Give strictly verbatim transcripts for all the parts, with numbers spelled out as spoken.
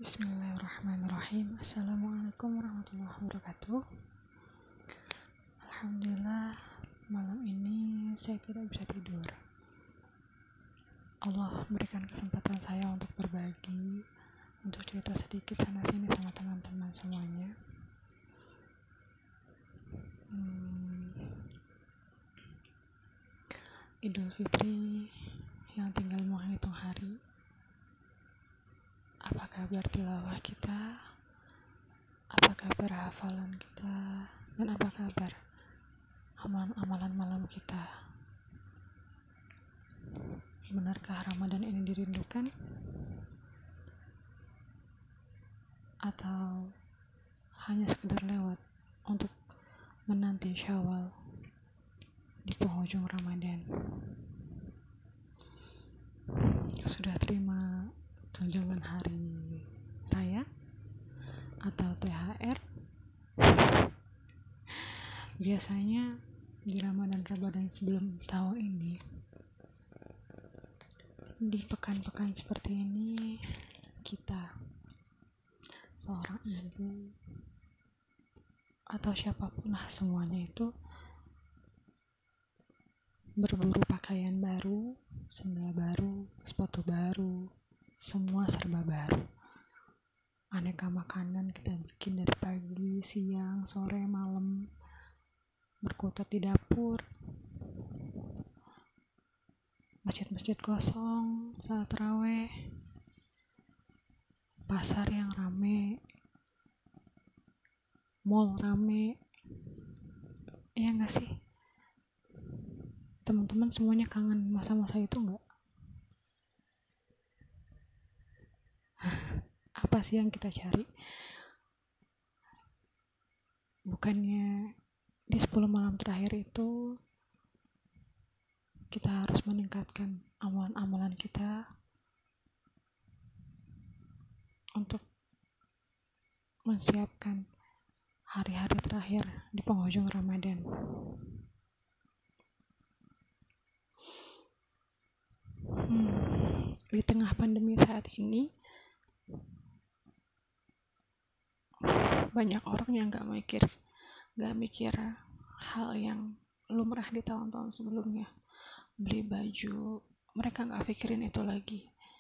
Bismillahirrahmanirrahim. Assalamualaikum warahmatullahi wabarakatuh. Alhamdulillah, malam ini saya tidak bisa tidur. Allah berikan kesempatan saya untuk berbagi, untuk cerita sedikit sana sini sama teman-teman semuanya. hmm, Idul Fitri yang tinggal menghitung hari. Apa kabar tilawah kita? Apa kabar hafalan kita? Dan apa kabar amalan-amalan malam kita? Benarkah Ramadan ini dirindukan? Atau hanya sekedar lewat untuk menanti Syawal di penghujung Ramadan? Sudah terima tunjangan hari raya atau T H R? Biasanya di Ramadan-Ramadan sebelum tahun ini, di pekan-pekan seperti ini, kita, seorang ibu atau siapapun lah semuanya itu berburu pakaian baru, sandal baru, sepatu baru, semua serba baru. Aneka makanan kita bikin dari pagi, siang, sore, malam, berkutat di dapur. Masjid-masjid kosong saat tarawih, pasar yang rame, mall rame. Iya gak sih? Teman-teman semuanya kangen masa-masa itu gak? Apa sih yang kita cari? Bukannya di sepuluh malam terakhir itu kita harus meningkatkan amalan-amalan kita untuk menyiapkan hari-hari terakhir di penghujung Ramadan. Hmm, di tengah pandemi saat ini, banyak orang yang gak mikir, gak mikir hal yang lumrah di tahun-tahun sebelumnya. Beli baju, mereka gak pikirin itu lagi.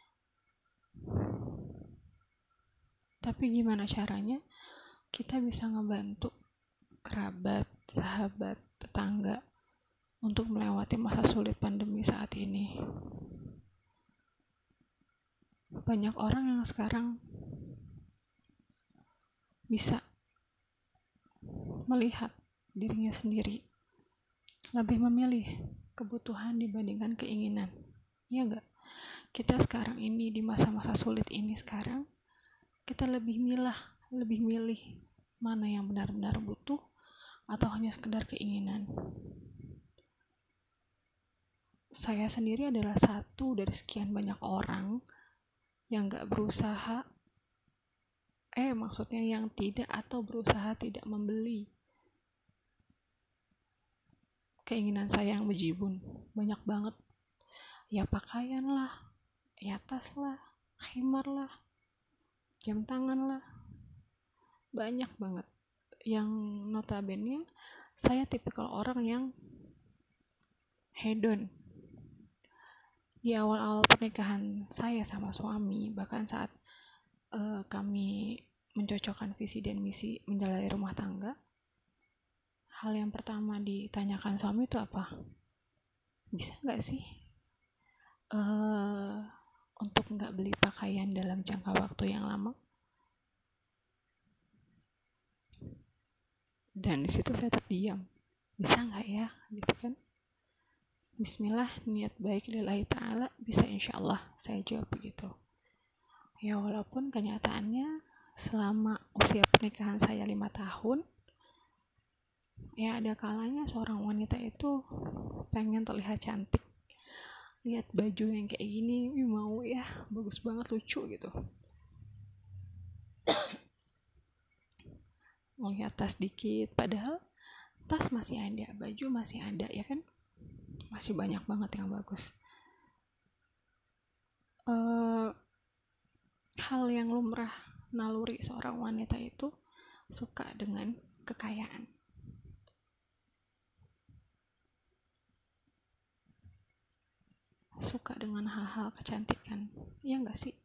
Tapi gimana caranya kita bisa ngebantu kerabat, sahabat, tetangga untuk melewati masa sulit pandemi saat ini? Banyak orang yang sekarang bisa melihat dirinya sendiri, lebih memilih kebutuhan dibandingkan keinginan. Iya gak? Kita sekarang ini, di masa-masa sulit ini sekarang, kita lebih milah, lebih milih mana yang benar-benar butuh atau hanya sekedar keinginan. Saya sendiri adalah satu dari sekian banyak orang yang gak berusaha, eh maksudnya yang tidak atau berusaha tidak membeli keinginan saya yang bejibun. Banyak banget. Ya pakaian lah, ya tas lah, khimar lah, jam tangan lah. Banyak banget. Yang notabene saya tipikal orang yang hedon. Di awal-awal pernikahan saya sama suami, bahkan saat uh, kami mencocokkan visi dan misi menjalani rumah tangga, hal yang pertama ditanyakan suami itu apa? Bisa gak sih uh, untuk gak beli pakaian dalam jangka waktu yang lama? Dan disitu saya terdiam. Bisa gak ya? Gitu kan. Bismillah, niat baik lillahi ta'ala, bisa insyaallah, saya jawab begitu. Ya walaupun kenyataannya selama usia pernikahan saya lima tahun, ya ada kalanya seorang wanita itu pengen terlihat cantik. Lihat baju yang kayak gini, wih mau ya, bagus banget, lucu gitu. Melihat tas dikit, padahal tas masih ada, baju masih ada, ya kan? Masih banyak banget yang bagus. Uh, hal yang lumrah naluri seorang wanita itu suka dengan kekayaan. Suka dengan hal-hal kecantikan, iya nggak sih?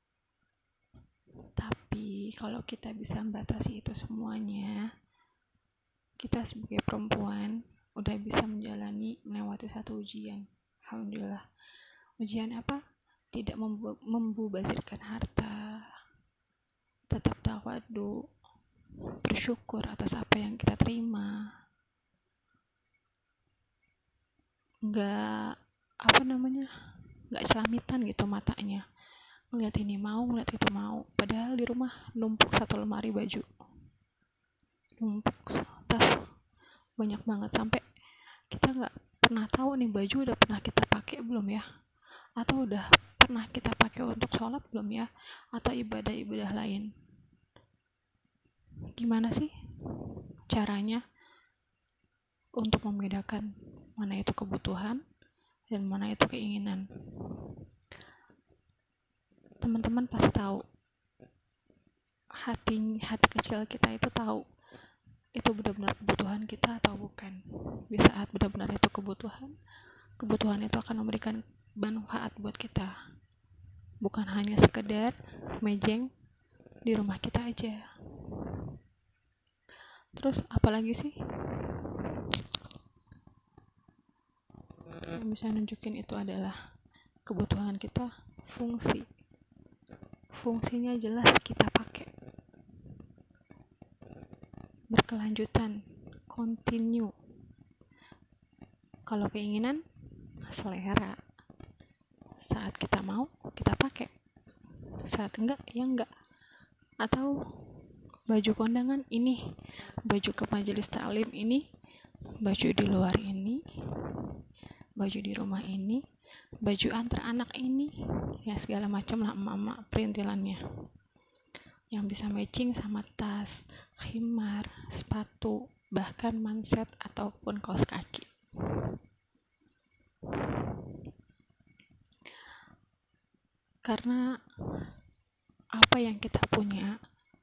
Tapi kalau kita bisa membatasi itu semuanya, kita sebagai perempuan udah bisa menjalani melewati satu ujian. Alhamdulillah. Ujian apa? Tidak membu- membubazirkan harta, tetap tawadu, bersyukur atas apa yang kita terima, nggak apa namanya nggak selamitan gitu matanya, ngeliat ini mau, ngeliat itu mau, padahal di rumah numpuk satu lemari baju, numpuk tas banyak banget sampai kita nggak pernah tahu nih baju udah pernah kita pakai belum ya, atau udah pernah kita pakai untuk sholat belum ya, atau ibadah-ibadah lain. Gimana sih caranya untuk membedakan mana itu kebutuhan dan mana itu keinginan? Teman-teman pasti tahu, hati hati kecil kita itu tahu itu benar-benar kebutuhan kita atau bukan. Di saat benar-benar itu kebutuhan, kebutuhan itu akan memberikan manfaat buat kita, bukan hanya sekedar mejeng di rumah kita aja. Terus apalagi sih yang bisa nunjukin itu adalah kebutuhan kita, fungsi fungsinya jelas kita pakai, berkelanjutan, continue. Kalau keinginan, selera, saat kita mau kita pakai, saat enggak ya enggak. Atau baju kondangan ini, baju ke majelis taklim ini, baju di luar ini, baju di rumah ini, baju antar anak ini, ya segala macam lah emak-emak perintilannya yang bisa matching sama tas, khimar, sepatu, bahkan manset ataupun kaos kaki. Karena apa yang kita punya,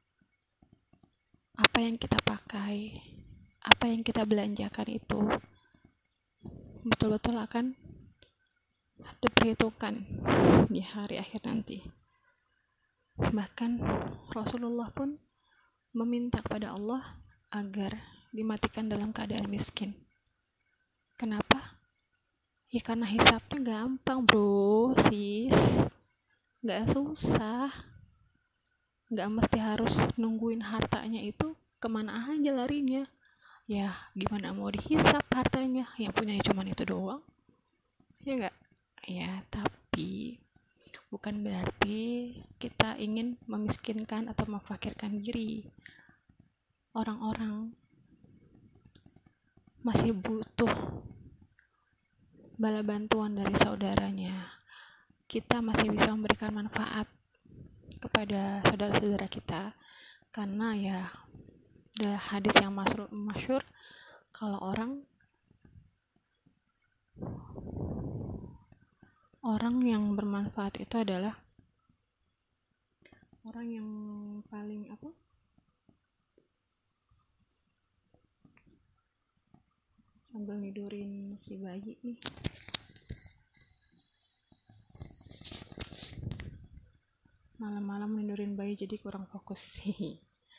apa yang kita pakai, apa yang kita belanjakan itu betul-betul akan diperhitungkan di hari akhir nanti. Bahkan Rasulullah pun meminta kepada Allah agar dimatikan dalam keadaan miskin. Kenapa? Ya karena hisapnya gampang bro, sis, gak susah, gak mesti harus nungguin hartanya itu kemana aja larinya. Ya gimana mau dihisap hartanya, yang punya cuma itu doang, ya gak? Ya tapi bukan berarti kita ingin memiskinkan atau memfakirkan diri. Orang-orang masih butuh bala bantuan dari saudaranya. Kita masih bisa memberikan manfaat kepada saudara-saudara kita, karena ya ada hadis yang masyhur kalau orang orang yang bermanfaat itu adalah orang yang paling apa sambil nidurin si bayi nih. Malam-malam nidurin bayi jadi kurang fokus sih.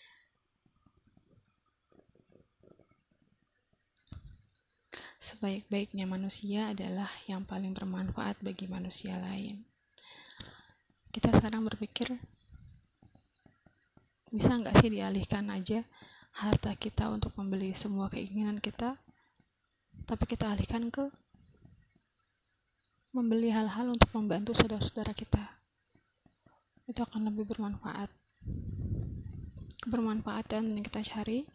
Sebaik-baiknya manusia adalah yang paling bermanfaat bagi manusia lain. Kita sekarang berpikir, bisa nggak sih dialihkan aja harta kita untuk membeli semua keinginan kita, tapi kita alihkan ke membeli hal-hal untuk membantu saudara-saudara kita. Itu akan lebih bermanfaat. Kebermanfaatan yang kita cari,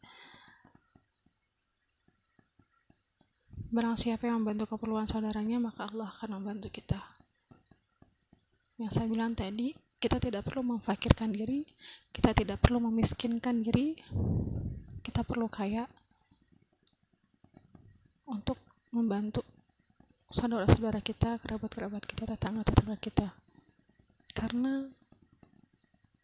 barang siapa yang membantu keperluan saudaranya, maka Allah akan membantu kita. Yang saya bilang tadi, kita tidak perlu memfakirkan diri, kita tidak perlu memiskinkan diri, kita perlu kaya untuk membantu saudara-saudara kita, kerabat-kerabat kita, tetangga-tetangga kita. Karena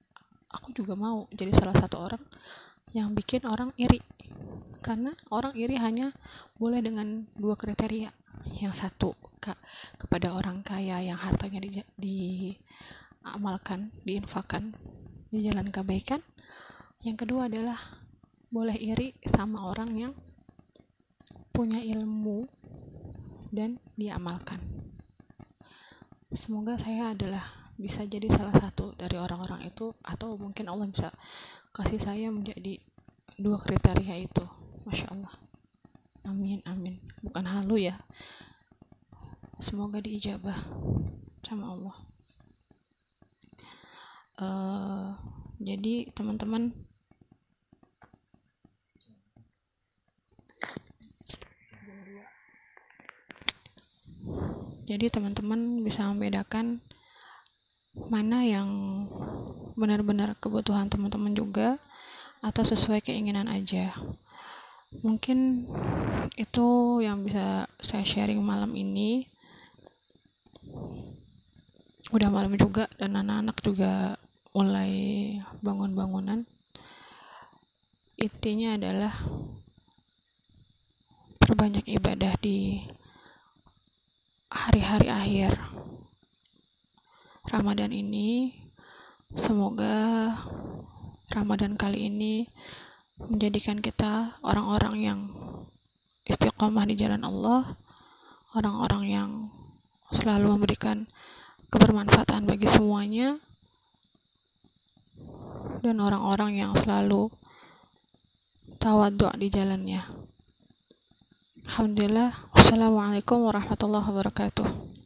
aku juga mau jadi salah satu orang yang bikin orang iri, karena orang iri hanya boleh dengan dua kriteria. Yang satu, kak, kepada orang kaya yang hartanya di, diamalkan, diinfakkan di jalan kebaikan. Yang kedua adalah boleh iri sama orang yang punya ilmu dan diamalkan. Semoga saya adalah bisa jadi salah satu dari orang-orang itu, atau mungkin Allah bisa kasih saya menjadi dua kriteria itu. Masya Allah, amin amin, bukan halu ya, semoga diijabah sama Allah. Uh, jadi teman-teman, jadi teman-teman bisa membedakan mana yang benar-benar kebutuhan teman-teman juga atau sesuai keinginan aja. Mungkin itu yang bisa saya sharing malam ini. Udah malam juga dan anak-anak juga mulai bangun-bangunan. Intinya adalah perbanyak ibadah di hari-hari akhir Ramadan ini. Semoga Ramadan kali ini menjadikan kita orang-orang yang istiqomah di jalan Allah, orang-orang yang selalu memberikan kebermanfaatan bagi semuanya, dan orang-orang yang selalu tawadhu di jalannya. Alhamdulillah. Wassalamualaikum warahmatullahi wabarakatuh.